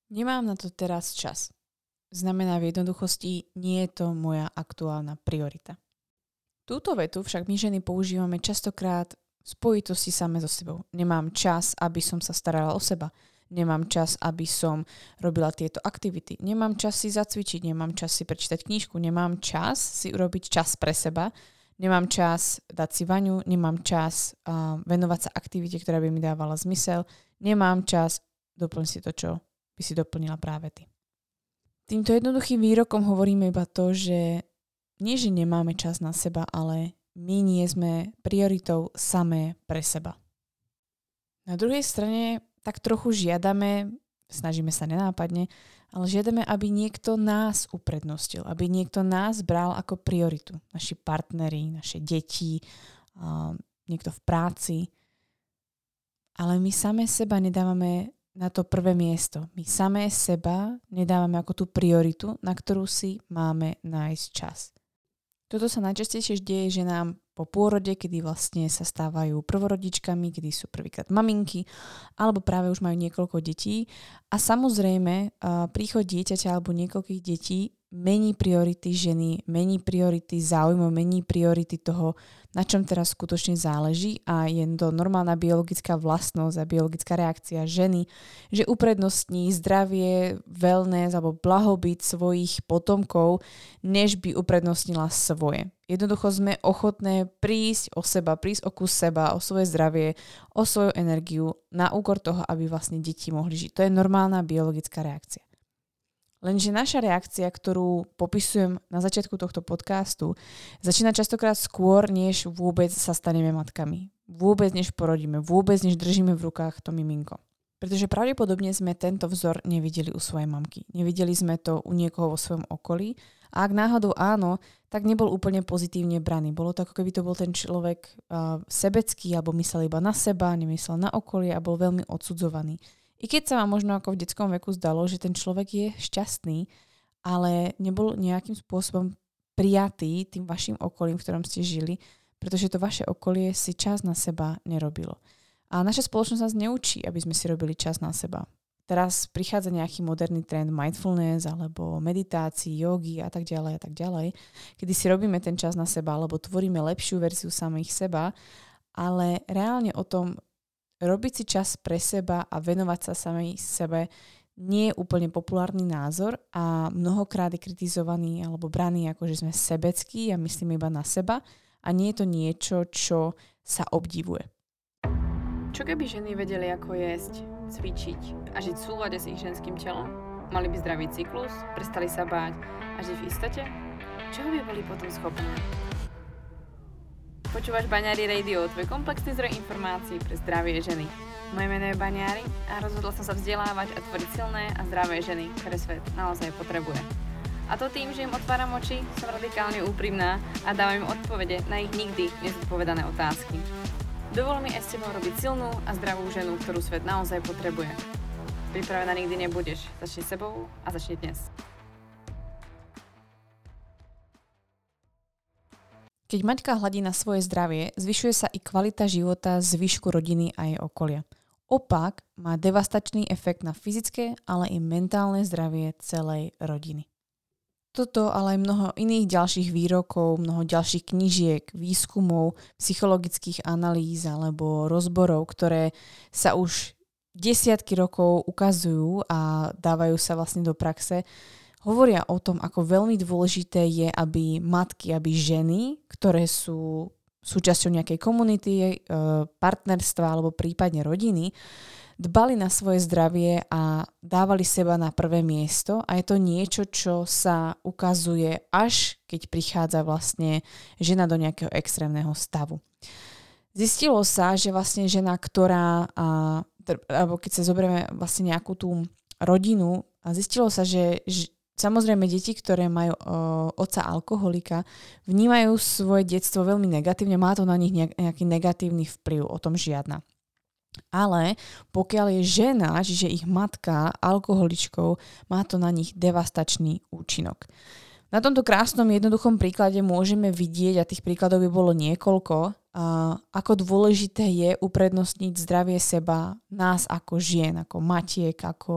Nemám na to teraz čas. Znamená v jednoduchosti, nie je to moja aktuálna priorita. Túto vetu však my ženy používame častokrát v spojitosti same so sebou. Nemám čas, aby som sa starala o seba. Nemám čas, aby som robila tieto aktivity. Nemám čas si zacvičiť, nemám čas si prečítať knižku, nemám čas si urobiť čas pre seba, nemám čas dať si vaňu, nemám čas venovať sa aktivite, ktorá by mi dávala zmysel, nemám čas, doplň si to, čo by si doplnila práve ty. Týmto jednoduchým výrokom hovoríme iba to, že nie, že nemáme čas na seba, ale my nie sme prioritou samé pre seba. Na druhej strane tak trochu žiadame, snažíme sa nenápadne, ale žiadame, aby niekto nás uprednostil, aby niekto nás bral ako prioritu. Naši partneri, naše deti, niekto v práci. Ale my samé seba nedávame na to prvé miesto. My samé seba nedávame ako tú prioritu, na ktorú si máme nájsť čas. Toto sa najčastejšie deje ženám po pôrode, kedy vlastne sa stávajú prvorodičkami, kedy sú prvýkrát maminky, alebo práve už majú niekoľko detí. A samozrejme, príchod dieťaťa alebo niekoľkých detí mení priority ženy, mení priority záujmov, mení priority toho, na čom teraz skutočne záleží a je to normálna biologická vlastnosť a biologická reakcia ženy, že uprednostní zdravie, wellness alebo blahobyt svojich potomkov, než by uprednostnila svoje. Jednoducho sme ochotné prísť o seba, prísť o kus seba, o svoje zdravie, o svoju energiu na úkor toho, aby vlastne deti mohli žiť. To je normálna biologická reakcia. Lenže naša reakcia, ktorú popisujem na začiatku tohto podcastu, začína častokrát skôr, než vôbec sa staneme matkami. Vôbec než porodíme, vôbec než držíme v rukách to miminko. Pretože pravdepodobne sme tento vzor nevideli u svojej mamky. Nevideli sme to u niekoho vo svojom okolí. A ak náhodou áno, tak nebol úplne pozitívne braný. Bolo to, ako keby to bol ten človek sebecký, alebo myslel iba na seba, nemyslel na okolie a bol veľmi odsudzovaný. I keď sa vám možno ako v detskom veku zdalo, že ten človek je šťastný, ale nebol nejakým spôsobom prijatý tým vašim okolím, v ktorom ste žili, pretože to vaše okolie si čas na seba nerobilo. A naša spoločnosť nás neučí, aby sme si robili čas na seba. Teraz prichádza nejaký moderný trend mindfulness alebo meditácií, jogy a tak ďalej, kedy si robíme ten čas na seba alebo tvoríme lepšiu verziu samých seba, ale reálne o tom robiť si čas pre seba a venovať sa samej sebe nie je úplne populárny názor a mnohokrát je kritizovaný alebo braný ako, že sme sebeckí a myslíme iba na seba a nie je to niečo, čo sa obdivuje. Čo keby ženy vedeli, ako jesť, cvičiť a žiť v súlade s ich ženským telom? Mali by zdravý cyklus, prestali sa báť a žiť v istote? Čoho by boli potom schopné? Počúvaš Baňári Radio, tvoj komplexný zdroj informácií pre zdravie ženy. Moje meno je Baňári a rozhodla som sa vzdelávať a tvoriť silné a zdravé ženy, ktoré svet naozaj potrebuje. A to tým, že im otváram oči, som radikálne úprimná a dávam im odpovede na ich nikdy nezodpovedané otázky. Dovol mi aj s tebou robiť silnú a zdravú ženu, ktorú svet naozaj potrebuje. Pripravená nikdy nebudeš. Začni sebou a začni dnes. Keď maťka hladí na svoje zdravie, zvyšuje sa i kvalita života zvyšku rodiny a jej okolia. Opak má devastačný efekt na fyzické, ale i mentálne zdravie celej rodiny. Toto, ale aj mnoho iných ďalších výrokov, mnoho ďalších knížiek, výskumov, psychologických analýz alebo rozborov, ktoré sa už desiatky rokov ukazujú a dávajú sa vlastne do praxe, hovoria o tom, ako veľmi dôležité je, aby matky, aby ženy, ktoré sú súčasťou nejakej komunity, partnerstva alebo prípadne rodiny, dbali na svoje zdravie a dávali seba na prvé miesto a je to niečo, čo sa ukazuje až keď prichádza vlastne žena do nejakého extrémneho stavu. Zistilo sa, že vlastne žena, ktorá, alebo keď sa zoberieme vlastne nejakú tú rodinu, a zistilo sa, že samozrejme deti, ktoré majú otca alkoholika, vnímajú svoje detstvo veľmi negatívne, má to na nich nejaký negatívny vplyv, o tom žiadna. Ale pokiaľ je žena, čiže ich matka alkoholičkou, má to na nich devastačný účinok. Na tomto krásnom jednoduchom príklade môžeme vidieť, a tých príkladov by bolo niekoľko, ako dôležité je uprednostniť zdravie seba, nás ako žien, ako matiek, ako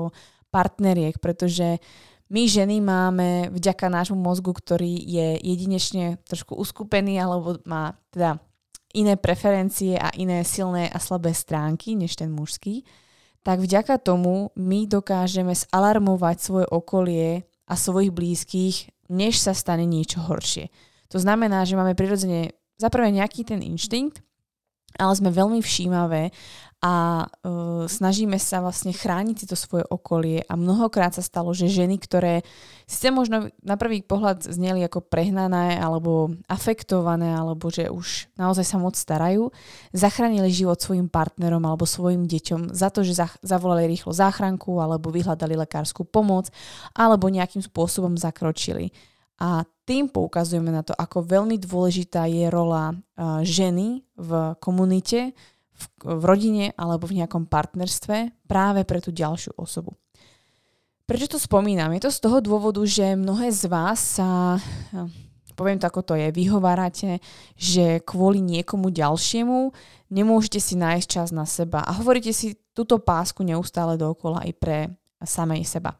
partneriek, pretože my ženy máme vďaka nášmu mozgu, ktorý je jedinečne trošku uskupený alebo má teda iné preferencie a iné silné a slabé stránky než ten mužský, tak vďaka tomu my dokážeme zalarmovať svoje okolie a svojich blízkych, než sa stane niečo horšie. To znamená, že máme prirodzene zaprvé nejaký ten inštinkt, ale sme veľmi všímavé a snažíme sa vlastne chrániť si to svoje okolie a mnohokrát sa stalo, že ženy, ktoré síce možno na prvý pohľad zneli ako prehnané alebo afektované alebo že už naozaj sa moc starajú, zachránili život svojim partnerom alebo svojim deťom za to, že zavolali rýchlo záchranku alebo vyhľadali lekárskú pomoc alebo nejakým spôsobom zakročili. A tým poukazujeme na to, ako veľmi dôležitá je rola ženy v komunite, v rodine alebo v nejakom partnerstve práve pre tú ďalšiu osobu. Prečo to spomínam? Je to z toho dôvodu, že mnohé z vás sa, poviem to ako to je, vyhovárate, že kvôli niekomu ďalšiemu nemôžete si nájsť čas na seba a hovoríte si túto pásku neustále dookola aj pre samej seba.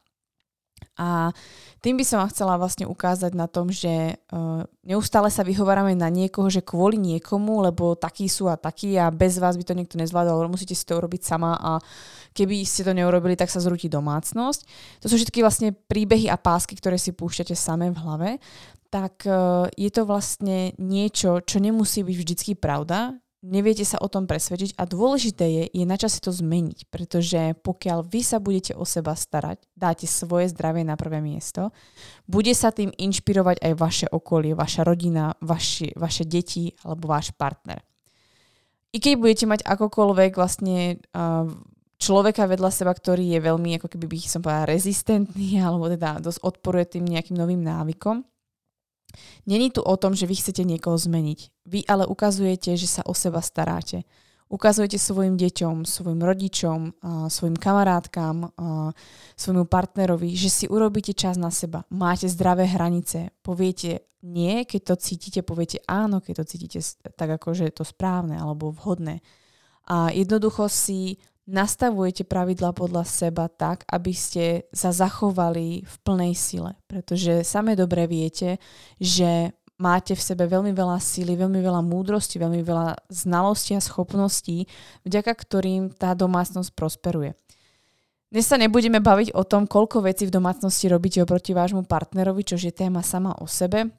A tým by som vám chcela vlastne ukázať na tom, že neustále sa vyhovárame na niekoho, že kvôli niekomu, lebo takí sú a takí a bez vás by to niekto nezvládol, musíte si to urobiť sama a keby ste to neurobili, tak sa zrúti domácnosť. To sú všetky vlastne príbehy a pásky, ktoré si púšťate samé v hlave. Tak je to vlastne niečo, čo nemusí byť vždycky pravda. Neviete sa o tom presvedčiť a dôležité je na čase to zmeniť, pretože pokiaľ vy sa budete o seba starať, dáte svoje zdravie na prvé miesto, bude sa tým inšpirovať aj vaše okolie, vaša rodina, vaše deti alebo váš partner. I keď budete mať akokoľvek vlastne človeka vedľa seba, ktorý je veľmi, ako keby by som povedala, rezistentný alebo teda dosť odporuje tým nejakým novým návykom, není tu o tom, že vy chcete niekoho zmeniť. Vy ale ukazujete, že sa o seba staráte. Ukazujete svojim deťom, svojim rodičom, svojim kamarátkam, svojmu partnerovi, že si urobíte čas na seba. Máte zdravé hranice. Poviete nie, keď to cítite, poviete áno, keď to cítite tak, ako že je to správne alebo vhodné. A jednoducho si nastavujete pravidlá podľa seba tak, aby ste sa zachovali v plnej sile. Pretože same dobre viete, že máte v sebe veľmi veľa síly, veľmi veľa múdrosti, veľmi veľa znalostí a schopností, vďaka ktorým tá domácnosť prosperuje. Dnes sa nebudeme baviť o tom, koľko vecí v domácnosti robíte oproti vášmu partnerovi, čo je téma sama o sebe,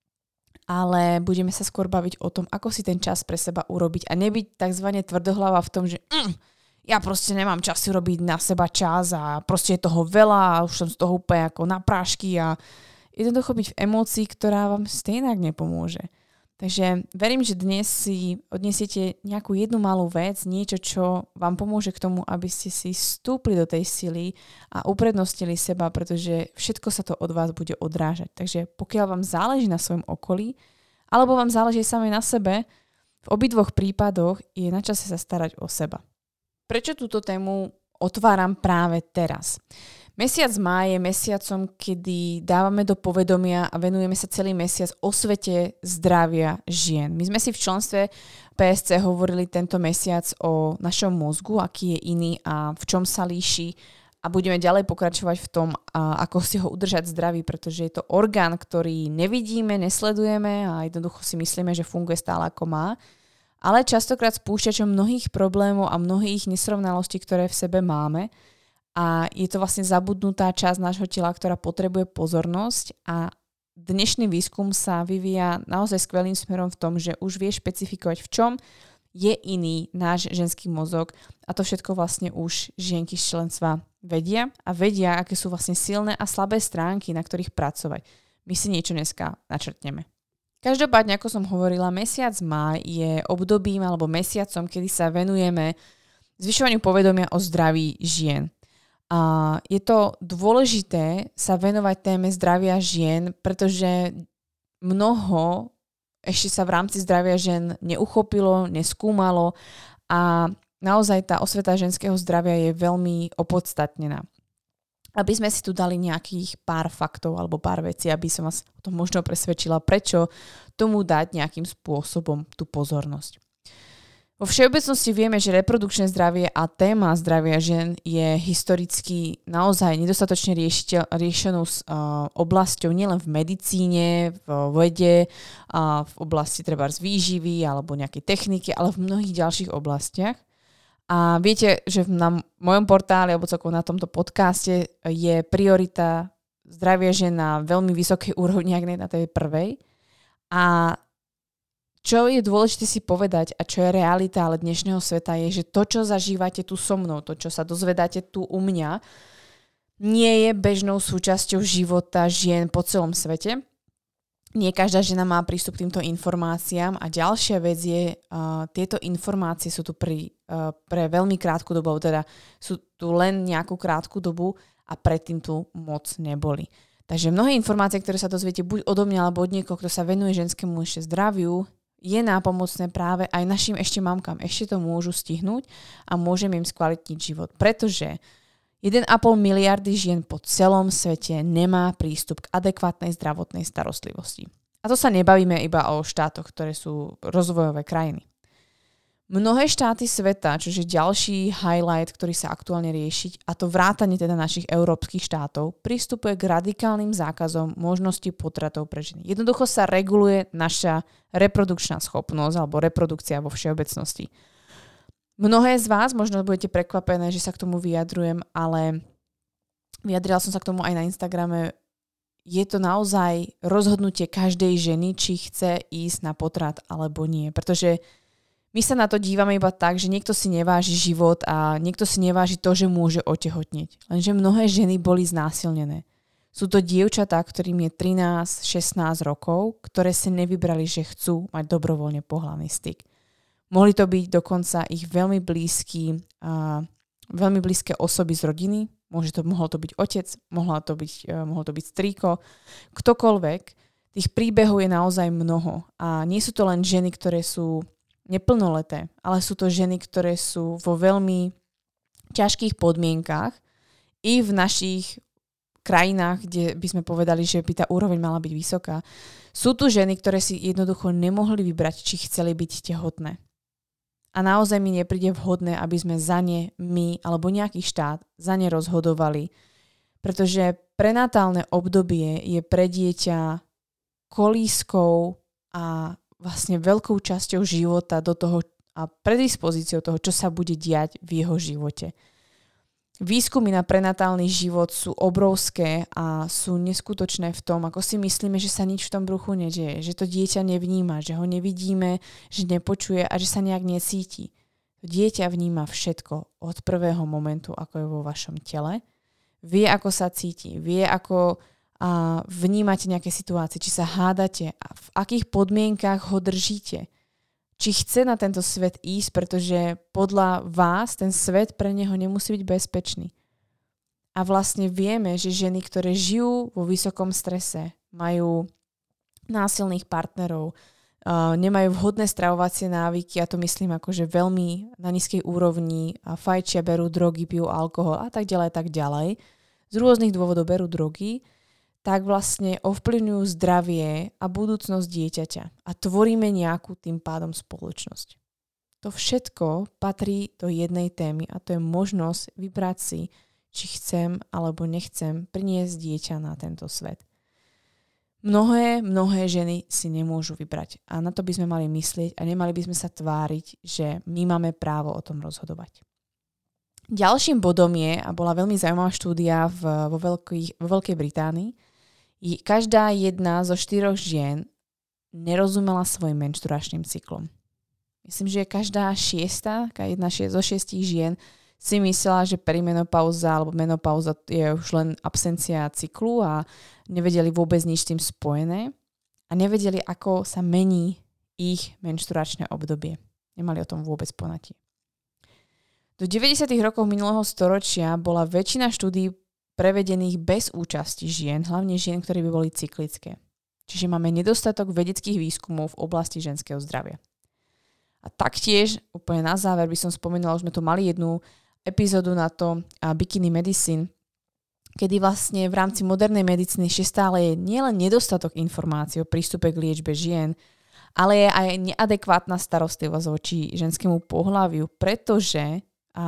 ale budeme sa skôr baviť o tom, ako si ten čas pre seba urobiť a nebyť takzvané tvrdohlava v tom, že ja proste nemám čas si robiť na seba čas a proste je toho veľa a už som z toho úplne ako na prášky a jednoducho byť v emócii, ktorá vám stejnak nepomôže. Takže verím, že dnes si odniesiete nejakú jednu malú vec, niečo, čo vám pomôže k tomu, aby ste si vstúpli do tej sily a uprednostnili seba, pretože všetko sa to od vás bude odrážať. Takže pokiaľ vám záleží na svojom okolí, alebo vám záleží sami na sebe, v obidvoch prípadoch je na čase sa starať o seba. Prečo túto tému otváram práve teraz? Mesiac máj je mesiacom, kedy dávame do povedomia a venujeme sa celý mesiac osvete zdravia žien. My sme si v členstve PSC hovorili tento mesiac o našom mozgu, aký je iný a v čom sa líši a budeme ďalej pokračovať v tom, ako si ho udržať zdravý, pretože je to orgán, ktorý nevidíme, nesledujeme a jednoducho si myslíme, že funguje stále ako má. Ale častokrát spúšťačom mnohých problémov a mnohých nesrovnalostí, ktoré v sebe máme. A je to vlastne zabudnutá časť nášho tela, ktorá potrebuje pozornosť a dnešný výskum sa vyvíja naozaj skvelým smerom v tom, že už vie špecifikovať, v čom je iný náš ženský mozog a to všetko vlastne už žienky z členstva vedia a vedia, aké sú vlastne silné a slabé stránky, na ktorých pracovať. My si niečo dneska načrtneme. Každopádne, ako som hovorila, mesiac máj je obdobím alebo mesiacom, kedy sa venujeme zvyšovaniu povedomia o zdraví žien. A je to dôležité sa venovať téme zdravia žien, pretože mnoho ešte sa v rámci zdravia žien neuchopilo, neskúmalo a naozaj tá osveta ženského zdravia je veľmi opodstatnená. Aby sme si tu dali nejakých pár faktov alebo pár vecí, aby som vás o tom možno presvedčila, prečo tomu dať nejakým spôsobom tú pozornosť. Vo všeobecnosti vieme, že reprodukčné zdravie a téma zdravia žien je historicky naozaj nedostatočne riešenou oblasťou nielen v medicíne, v vede, v oblasti trebárs výživy alebo nejakej techniky, ale v mnohých ďalších oblastiach. A viete, že na mojom portáli alebo celkovo na tomto podcaste je priorita zdravia žien na veľmi vysokej úrovni, ak nie na tej prvej. A čo je dôležité si povedať a čo je realita ale dnešného sveta je, že to, čo zažívate tu so mnou, to, čo sa dozvedáte tu u mňa, nie je bežnou súčasťou života žien po celom svete. Nie každá žena má prístup k týmto informáciám a ďalšia vec je, tieto informácie sú tu pre veľmi krátku dobu, teda sú tu len nejakú krátku dobu a predtým tu moc neboli. Takže mnohé informácie, ktoré sa dozviete buď odo mňa alebo od niekoho, kto sa venuje ženskému ešte zdraviu, je nápomocné práve aj našim ešte mamkám. Ešte to môžu stihnúť a môžeme im skvalitniť život. Pretože 1,5 miliardy žien po celom svete nemá prístup k adekvátnej zdravotnej starostlivosti. A to sa nebavíme iba o štátoch, ktoré sú rozvojové krajiny. Mnohé štáty sveta, čiže ďalší highlight, ktorý sa aktuálne riešiť, a to vrátane teda našich európskych štátov, pristupuje k radikálnym zákazom možnosti potratov pre ženy. Jednoducho sa reguluje naša reprodukčná schopnosť alebo reprodukcia vo všeobecnosti. Mnohé z vás možno budete prekvapené, že sa k tomu vyjadrujem, ale vyjadrila som sa k tomu aj na Instagrame. Je to naozaj rozhodnutie každej ženy, či chce ísť na potrat alebo nie, pretože my sa na to dívame iba tak, že niekto si neváži život a niekto si neváži to, že môže otehotnieť. Lenže mnohé ženy boli znásilnené. Sú to dievčatá, ktorým je 13-16 rokov, ktoré si nevybrali, že chcú mať dobrovoľne pohlavný styk. Mohli to byť dokonca ich veľmi blízke osoby z rodiny. Mohol to byť otec, mohol to byť strýko, ktokoľvek. Tých príbehov je naozaj mnoho. A nie sú to len ženy, ktoré sú neplnoleté, ale sú to ženy, ktoré sú vo veľmi ťažkých podmienkách i v našich krajinách, kde by sme povedali, že by tá úroveň mala byť vysoká. Sú tu ženy, ktoré si jednoducho nemohli vybrať, či chceli byť tehotné. A naozaj mi nepríde vhodné, aby sme za ne, my alebo nejaký štát za ne rozhodovali, pretože prenatálne obdobie je pre dieťa kolískou a vlastne veľkou časťou života do toho a predispozíciou toho, čo sa bude diať v jeho živote. Výskumy na prenatálny život sú obrovské a sú neskutočné v tom, ako si myslíme, že sa nič v tom bruchu nedieje, že to dieťa nevníma, že ho nevidíme, že nepočuje a že sa nejak necíti. To dieťa vníma všetko od prvého momentu, ako je vo vašom tele. Vie, ako sa cíti, vie, ako vnímate nejaké situácie, či sa hádate a v akých podmienkách ho držíte. Či chce na tento svet ísť, pretože podľa vás ten svet pre neho nemusí byť bezpečný. A vlastne vieme, že ženy, ktoré žijú vo vysokom strese, majú násilných partnerov, nemajú vhodné stravovacie návyky, a to myslím akože veľmi na nízkej úrovni, fajčia, berú drogy, pijú alkohol a tak ďalej, z rôznych dôvodov berú drogy, tak vlastne ovplyvňujú zdravie a budúcnosť dieťaťa a tvoríme nejakú tým pádom spoločnosť. To všetko patrí do jednej témy a to je možnosť vybrať si, či chcem alebo nechcem priniesť dieťa na tento svet. Mnohé ženy si nemôžu vybrať a na to by sme mali myslieť a nemali by sme sa tváriť, že my máme právo o tom rozhodovať. Ďalším bodom je, a bola veľmi zaujímavá štúdia vo Veľkej Británii, každá jedna zo 4 žien nerozumela svojim menštruačným cyklom. Myslím, že každá jedna zo 6 žien si myslela, že perimenopauza alebo menopauza je už len absencia cyklu a nevedeli vôbec nič s tým spojené a nevedeli, ako sa mení ich menštruačné obdobie. Nemali o tom vôbec poňatie. Do 90. rokov minulého storočia bola väčšina štúdií prevedených bez účasti žien, hlavne žien, ktoré by boli cyklické. Čiže máme nedostatok vedeckých výskumov v oblasti ženského zdravia. A taktiež, úplne na záver by som spomenula, už sme tu mali jednu epizódu na to Bikini Medicine, kedy vlastne v rámci modernej medicíny ešte stále je nielen nedostatok informácií o prístupe k liečbe žien, ale je aj neadekvátna starostlivosť voči ženskému pohlaviu, pretože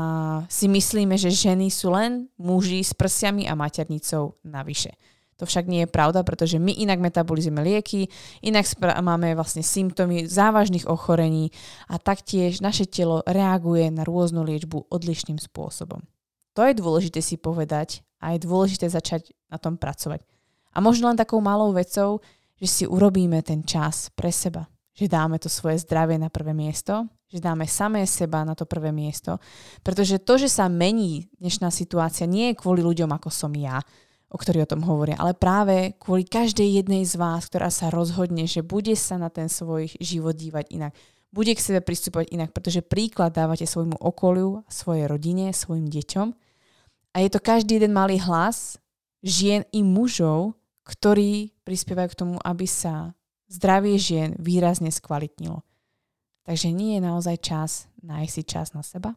si myslíme, že ženy sú len muži s prsiami a maternicou navyše. To však nie je pravda, pretože my inak metabolizujeme lieky, inak máme vlastne symptómy závažných ochorení a taktiež naše telo reaguje na rôznu liečbu odlišným spôsobom. To je dôležité si povedať a je dôležité začať na tom pracovať. A možno len takou malou vecou, že si urobíme ten čas pre seba. Že dáme to svoje zdravie na prvé miesto, že dáme samé seba na to prvé miesto, pretože to, že sa mení dnešná situácia, nie je kvôli ľuďom ako som ja, o ktorí o tom hovoria, ale práve kvôli každej jednej z vás, ktorá sa rozhodne, že bude sa na ten svoj život dívať inak, bude k sebe pristupovať inak, pretože príklad dávate svojmu okoliu, svojej rodine, svojim deťom. A je to každý jeden malý hlas žien i mužov, ktorí prispievajú k tomu, aby sa zdravie žien výrazne skvalitnilo. Takže nie je naozaj čas nájsť si čas na seba?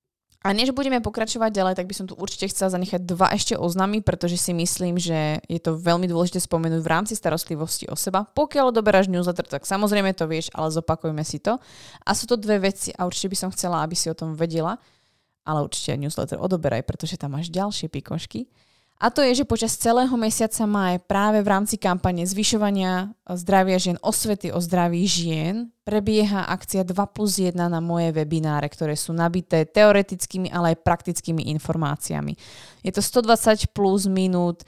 A než budeme pokračovať ďalej, tak by som tu určite chcela zanechať 2 ešte oznamy, pretože si myslím, že je to veľmi dôležité spomenúť v rámci starostlivosti o seba. Pokiaľ odoberáš newsletter, tak samozrejme to vieš, ale zopakujme si to. A sú to 2 veci a určite by som chcela, aby si o tom vedela, ale určite newsletter odoberaj, pretože tam máš ďalšie pikošky. A to je, že počas celého mesiaca máj práve v rámci kampane zvyšovania zdravia žien, osvety o zdraví žien, prebieha akcia 2+1 na moje webináre, ktoré sú nabité teoretickými, ale aj praktickými informáciami. Je to 120 plus minút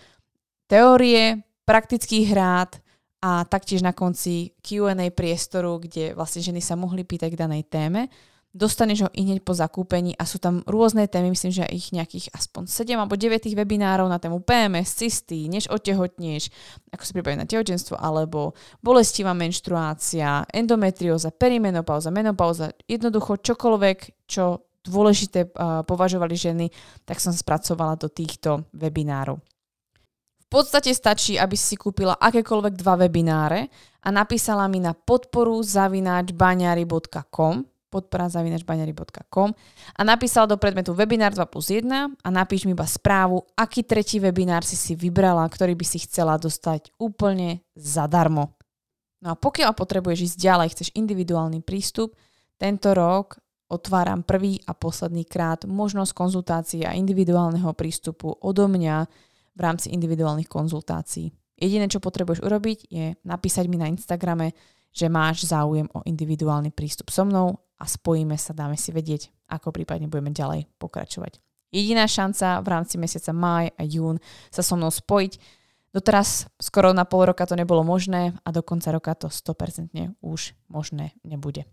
teórie, praktických rád a taktiež na konci Q&A priestoru, kde vlastne ženy sa mohli pýtať k danej téme. Dostaneš ho i hneď po zakúpení a sú tam rôzne témy, myslím, že ich nejakých aspoň 7 alebo 9 webinárov na tému PMS, cysty, než otehotnieš, ako sa pripraviť na tehotenstvo, alebo bolestivá menštruácia, endometrióza, perimenopauza, menopauza, jednoducho čokoľvek, čo dôležité považovali ženy, tak som spracovala do týchto webinárov. V podstate stačí, aby si kúpila akékoľvek 2 webináre a napísala mi na podporu@baňari.com a napísala do predmetu webinár 2+1 a napíš mi iba správu, aký tretí webinár si vybrala, ktorý by si chcela dostať úplne zadarmo. No a pokiaľ potrebuješ ísť ďalej, chceš individuálny prístup, tento rok otváram prvý a posledný krát možnosť konzultácií a individuálneho prístupu odo mňa v rámci individuálnych konzultácií. Jediné, čo potrebuješ urobiť, je napísať mi na Instagrame, že máš záujem o individuálny prístup so mnou a spojíme sa, dáme si vedieť, ako prípadne budeme ďalej pokračovať. Jediná šanca v rámci mesiaca máj a jún sa so mnou spojiť. Doteraz skoro na pol roka to nebolo možné a do konca roka to 100% už možné nebude.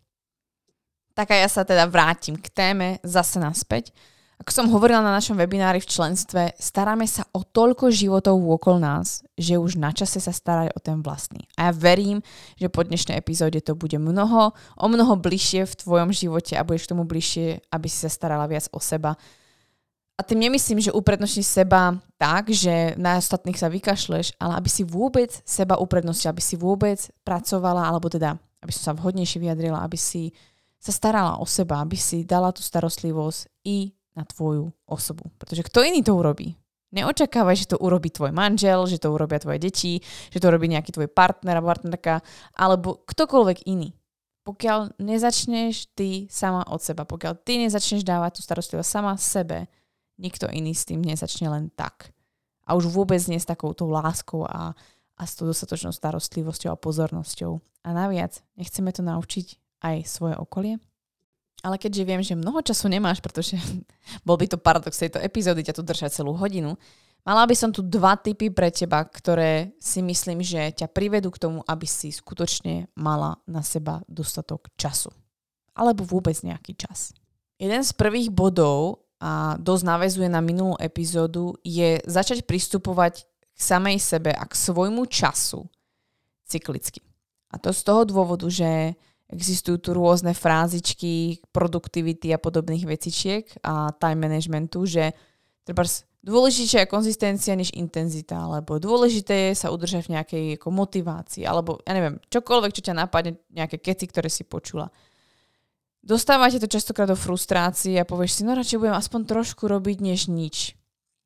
Tak a ja sa teda vrátim k téme zase naspäť. Ako som hovorila na našom webinári v členstve, staráme sa o toľko životov okolo nás, že už na čase sa starať o ten vlastný. A ja verím, že po dnešnej epizóde to bude o mnoho bližšie v tvojom živote a budeš k tomu bližšie, aby si sa starala viac o seba. A tým nemyslím, že uprednostníš seba tak, že na ostatných sa vykašleš, ale aby si vôbec seba uprednostila, aby si vôbec pracovala, alebo teda, aby som sa vhodnejšie vyjadrila, aby si sa starala o seba, aby si dala tú starostlivosť i na tvoju osobu. Pretože kto iný to urobí? Neočakávaj, že to urobí tvoj manžel, že to urobia tvoje deti, že to urobí nejaký tvoj partner a partnerka, alebo ktokoľvek iný. Pokiaľ nezačneš ty sama od seba, pokiaľ ty nezačneš dávať tú starostlivosť sama sebe, nikto iný s tým nezačne len tak. A už vôbec nie s takouto láskou a s tou dostatočnou starostlivosťou a pozornosťou. A naviac, nechceme to naučiť aj svoje okolie? Ale keďže viem, že mnoho času nemáš, pretože bol by to paradox tejto epizódy ťa tu držať celú hodinu, mala by som tu 2 tipy pre teba, ktoré si myslím, že ťa privedú k tomu, aby si skutočne mala na seba dostatok času. Alebo vôbec nejaký čas. Jeden z prvých bodov, a dosť naväzuje na minulú epizódu, je začať pristupovať k samej sebe a k svojmu času cyklicky. A to z toho dôvodu, že existujú tu rôzne frázičky produktivity a podobných vecičiek a time managementu, že dôležitejšia je konzistencia než intenzita, alebo dôležité je sa udržať v nejakej ako motivácii, alebo ja neviem, čokoľvek, čo ťa napadne, nejaké keci, ktoré si počula. Dostávate to častokrát do frustrácie a povieš si, no radšej budem aspoň trošku robiť než nič.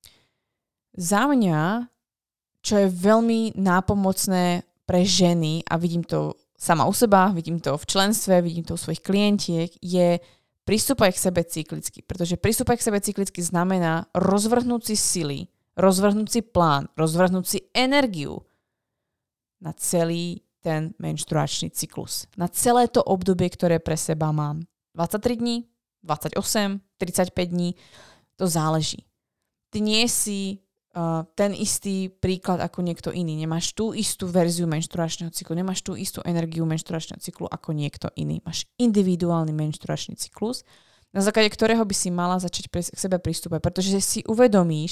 Za mňa, čo je veľmi nápomocné pre ženy, a vidím to sama u seba, vidím to v členstve, vidím to u svojich klientiek, je pristúpať k sebe cyklicky. Pretože pristúpať k sebe cyklicky znamená rozvrhnúť si sily, rozvrhnúť si plán, rozvrhnúť si energiu na celý ten menštruačný cyklus. Na celé to obdobie, ktoré pre seba mám. 23 dní, 28, 35 dní, to záleží. Ty nie si ten istý príklad ako niekto iný. Nemáš tú istú verziu menštruačného cyklu, nemáš tú istú energiu menštruačného cyklu ako niekto iný. Máš individuálny menštruačný cyklus, na základe ktorého by si mala začať k sebe pristúpať, pretože si uvedomíš,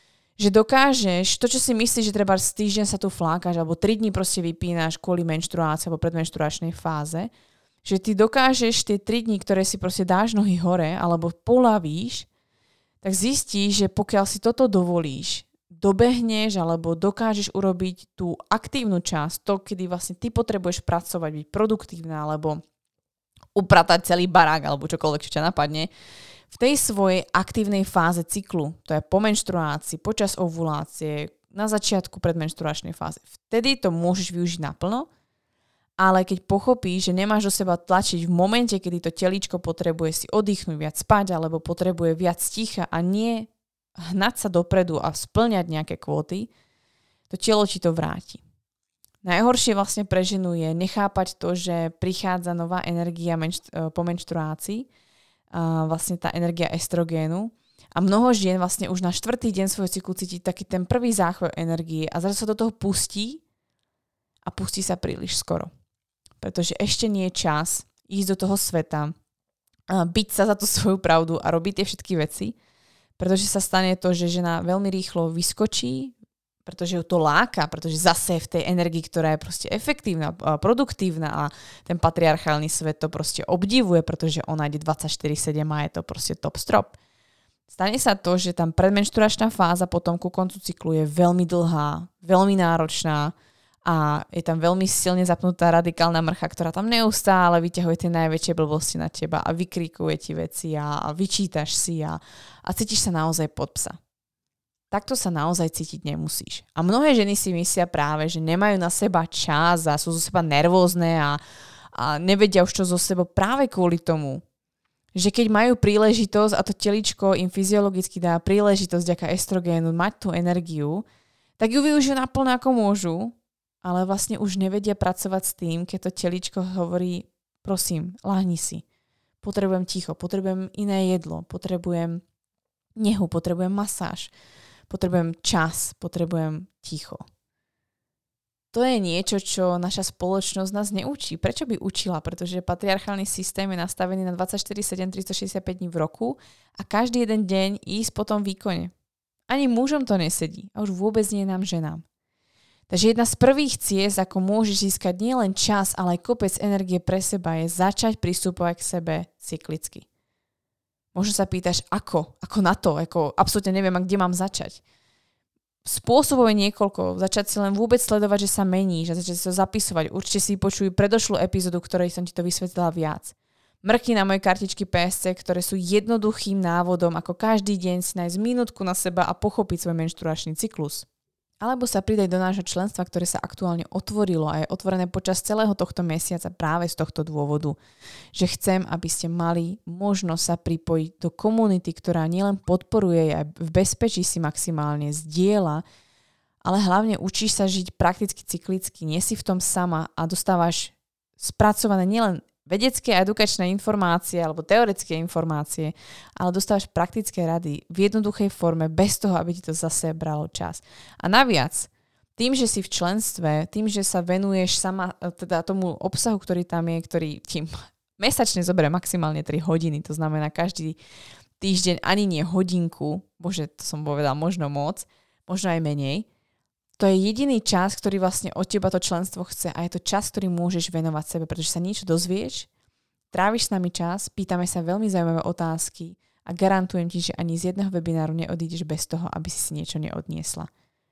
že dokážeš, to, čo si myslíš, že treba týždeň sa tu flákaš, alebo 3 dní proste vypínaš kvôli menštruácii alebo predmenštruačnej fáze, že ty dokážeš tie 3 dní, ktoré si proste dáš nohy hore, alebo poľavíš, tak zistíš, že pokiaľ si toto dovolíš, dobehneš alebo dokážeš urobiť tú aktívnu časť, to, kedy vlastne ty potrebuješ pracovať, byť produktívna alebo upratať celý barák alebo čokoľvek, čo ťa napadne, v tej svojej aktívnej fáze cyklu, to je po menštruácii, počas ovulácie, na začiatku predmenštruačnej fáze, vtedy to môžeš využiť naplno, ale keď pochopíš, že nemáš do seba tlačiť v momente, kedy to telíčko potrebuje si oddychnúť, viac spať, alebo potrebuje viac ticha a nie hnať sa dopredu a splňať nejaké kvóty, to telo ti to vráti. Najhoršie vlastne pre ženu je nechápať to, že prichádza nová energia po menštruácii, vlastne tá energia estrogénu, a mnoho žien vlastne už na 4. deň svojho cyklu cíti taký ten prvý záchvev energie a zrazu sa do toho pustí a pustí sa príliš skoro. Pretože ešte nie je čas ísť do toho sveta, byť sa za tú svoju pravdu a robiť tie všetky veci, pretože sa stane to, že žena veľmi rýchlo vyskočí, pretože ju to láka, pretože zase v tej energii, ktorá je proste efektívna, produktívna a ten patriarchálny svet to proste obdivuje, pretože ona ide 24/7 a je to proste top strop. Stane sa to, že tam predmenštruačná fáza potom ku koncu cyklu je veľmi dlhá, veľmi náročná, a je tam veľmi silne zapnutá radikálna mrcha, ktorá tam neustále vyťahuje tie najväčšie blbosti na teba a vykrikuje ti veci a vyčítaš si a cítiš sa naozaj pod psa. Takto sa naozaj cítiť nemusíš. A mnohé ženy si myslia práve, že nemajú na seba čas a sú zo seba nervózne a nevedia už čo zo seba práve kvôli tomu, že keď majú príležitosť a to teličko im fyziologicky dá príležitosť vďaka estrogénu mať tú energiu, tak ju využijú naplno ako môžu, ale vlastne už nevedia pracovať s tým, keď to teličko hovorí, prosím, láhni si. Potrebujem ticho, potrebujem iné jedlo, potrebujem nehu, potrebujem masáž, potrebujem čas, potrebujem ticho. To je niečo, čo naša spoločnosť nás neučí. Prečo by učila? Pretože patriarchálny systém je nastavený na 24/7, 365 dní v roku a každý jeden deň ísť po tom výkone. Ani mužom to nesedí a už vôbec nie nám ženám. Takže jedna z prvých ciest, ako môžeš získať nielen čas, ale aj kopec energie pre seba, je začať pristupovať k sebe cyklicky. Možno sa pýtaš, ako na to, absolútne neviem, kde mám začať. Spôsobov je niekoľko, začať si len vôbec sledovať, že sa meníš a začať sa zapisovať. Určite si počuj predošlú epizódu, ktorej som ti to vysvetlila viac. Mrkni na moje kartičky PSC, ktoré sú jednoduchým návodom, ako každý deň si nájsť minútku na seba a pochopiť svoj menštruačný cyklus. Alebo sa pridaj do nášho členstva, ktoré sa aktuálne otvorilo a je otvorené počas celého tohto mesiaca práve z tohto dôvodu, že chcem, aby ste mali možnosť sa pripojiť do komunity, ktorá nielen podporuje a v bezpečí si maximálne zdieľa, ale hlavne učíš sa žiť prakticky cyklicky, nie si v tom sama a dostávaš spracované nielen vedecké a edukačné informácie alebo teoretické informácie, ale dostávaš praktické rady v jednoduchej forme bez toho, aby ti to zase bralo čas. A naviac, tým, že si v členstve, tým, že sa venuješ sama teda tomu obsahu, ktorý tam je, ktorý ti mesačne zoberie maximálne 3 hodiny, to znamená každý týždeň ani nie hodinku, bože, to som povedal možno moc, možno aj menej, to je jediný čas, ktorý vlastne od teba to členstvo chce a je to čas, ktorý môžeš venovať sebe, pretože sa niečo dozvieš, tráviš s nami čas, pýtame sa veľmi zaujímavé otázky a garantujem ti, že ani z jedného webináru neodídeš bez toho, aby si niečo neodniesla.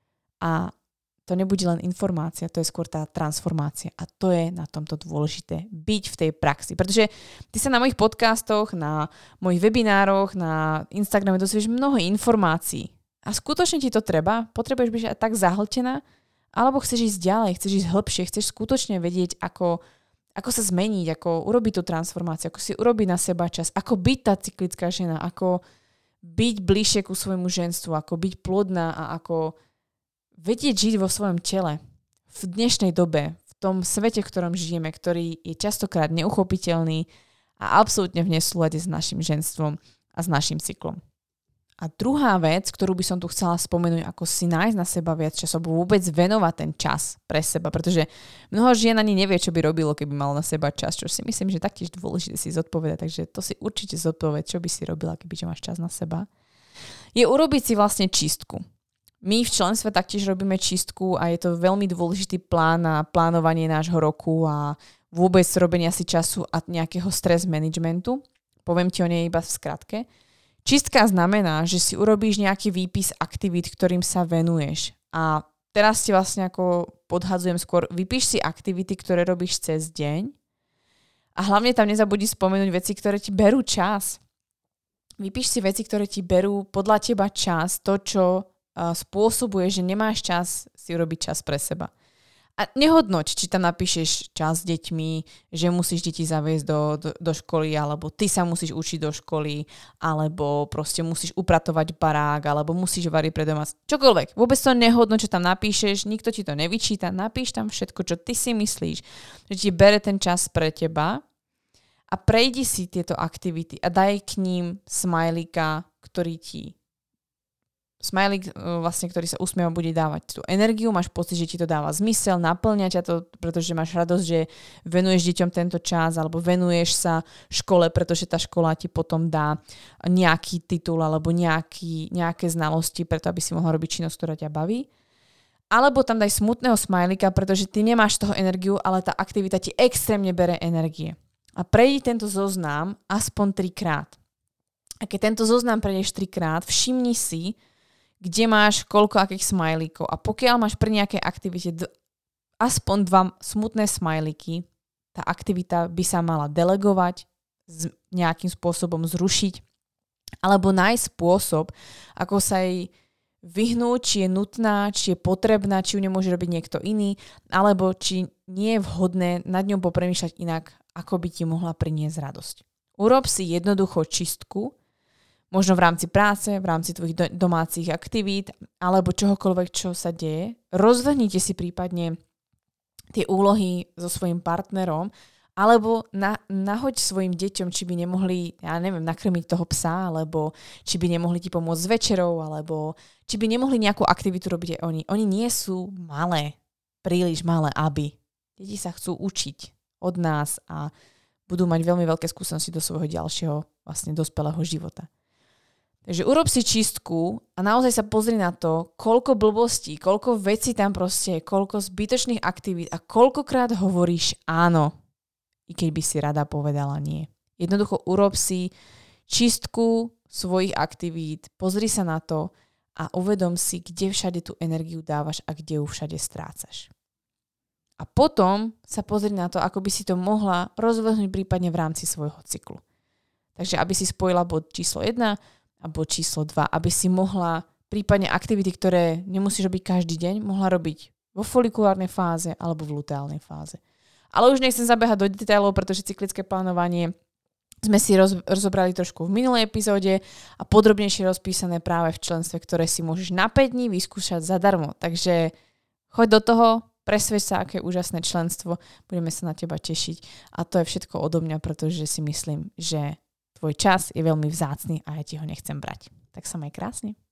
A to nebude len informácia, to je skôr tá transformácia a to je na tomto dôležité, byť v tej praxi. Pretože ty sa na mojich podcastoch, na mojich webinároch, na Instagrame dozvieš mnoho informácií. A skutočne ti to treba? Potrebuješ byť tak zahltená? Alebo chceš ísť ďalej, chceš ísť hlbšie, chceš skutočne vedieť, ako ako sa zmeniť, ako urobiť tú transformáciu, ako si urobiť na seba čas, ako byť tá cyklická žena, ako byť bližšie ku svojmu ženstvu, ako byť plodná a ako vedieť žiť vo svojom tele v dnešnej dobe, v tom svete, v ktorom žijeme, ktorý je častokrát neuchopiteľný a absolútne v nesúlade s našim ženstvom a s našim cyklom. A druhá vec, ktorú by som tu chcela spomenúť, ako si nájsť na seba viac času, alebo vôbec venovať ten čas pre seba, pretože mnoho žien ani nevie, čo by robilo, keby malo na seba čas, čo si myslím, že taktiež dôležité si zodpovedať, takže to si určite zodpovedať, čo by si robila, keby máš čas na seba, je urobiť si vlastne čistku. My v členstve taktiež robíme čistku a je to veľmi dôležitý plán na plánovanie nášho roku a vôbec robenia si času a nejakého stres managementu. Poviem ti o nej iba v skratke. Čistka znamená, že si urobíš nejaký výpis aktivít, ktorým sa venuješ. A teraz ti vlastne ako podhadzujem skôr, vypíš si aktivity, ktoré robíš cez deň a hlavne tam nezabudni spomenúť veci, ktoré ti berú čas. Vypíš si veci, ktoré ti berú podľa teba čas, to, čo spôsobuje, že nemáš čas si urobiť čas pre seba. A nehodnoť, či tam napíšeš čas s deťmi, že musíš deti zaviesť do školy, alebo ty sa musíš učiť do školy, alebo proste musíš upratovať barák, alebo musíš variť pre doma. Čokoľvek. Vôbec to nehodnoť, čo tam napíšeš, nikto ti to nevyčíta. Napíš tam všetko, čo ty si myslíš, že ti bere ten čas pre teba a prejdi si tieto aktivity a daj k ním smajlíka, smajlík, vlastne, ktorý sa usmieva, bude dávať tú energiu, máš pocit, že ti to dáva zmysel, naplňa ťa to, pretože máš radosť, že venuješ deťom tento čas, alebo venuješ sa škole, pretože tá škola ti potom dá nejaký titul alebo nejaké znalosti, preto aby si mohla robiť činnosť, ktorá ťa baví. Alebo tam daj smutného smajlíka, pretože ty nemáš z toho energiu, ale tá aktivita ti extrémne bere energie. A prejdi tento zoznam aspoň 3-krát. A keď tento zoznam prejdeš 3-krát, všimni si, kde máš koľko akých smajlíkov. A pokiaľ máš pri nejakej aktivite aspoň 2 smutné smajlíky, tá aktivita by sa mala delegovať, nejakým spôsobom zrušiť, alebo nájsť spôsob, ako sa jej vyhnúť, či je nutná, či je potrebná, či ju nemôže robiť niekto iný, alebo či nie je vhodné nad ňou popremýšľať inak, ako by ti mohla priniesť radosť. Urob si jednoducho čistku, možno v rámci práce, v rámci tvojich domácich aktivít, alebo čohokoľvek, čo sa deje. Rozvrhnite si prípadne tie úlohy so svojím partnerom, alebo nahoď svojim deťom, či by nemohli, nakrmiť toho psa, alebo či by nemohli ti pomôcť s večerou, alebo či by nemohli nejakú aktivitu robiť aj oni. Oni nie sú malé, príliš malé, aby. Deti sa chcú učiť od nás a budú mať veľmi veľké skúsenosti do svojho ďalšieho vlastne dospelého života. Takže urob si čistku a naozaj sa pozri na to, koľko blbostí, koľko vecí tam proste je, koľko zbytočných aktivít a koľkokrát hovoríš áno, i keď by si rada povedala nie. Jednoducho urob si čistku svojich aktivít, pozri sa na to a uvedom si, kde všade tú energiu dávaš a kde ju všade strácaš. A potom sa pozri na to, ako by si to mohla rozvrhnúť prípadne v rámci svojho cyklu. Takže aby si spojila bod číslo 1 a bod číslo 2, aby si mohla prípadne aktivity, ktoré nemusíš robiť každý deň, mohla robiť vo folikulárnej fáze alebo v luteálnej fáze. Ale už nechcem zabehať do detailov, pretože cyklické plánovanie sme si rozobrali trošku v minulej epizóde a podrobnejšie rozpísané práve v členstve, ktoré si môžeš na 5 dní vyskúšať zadarmo. Takže choď do toho, presvedč sa, aké úžasné členstvo, budeme sa na teba tešiť. A to je všetko odo mňa, pretože si myslím, že tvoj čas je veľmi vzácny a ja ti ho nechcem brať. Tak sa maj krásne.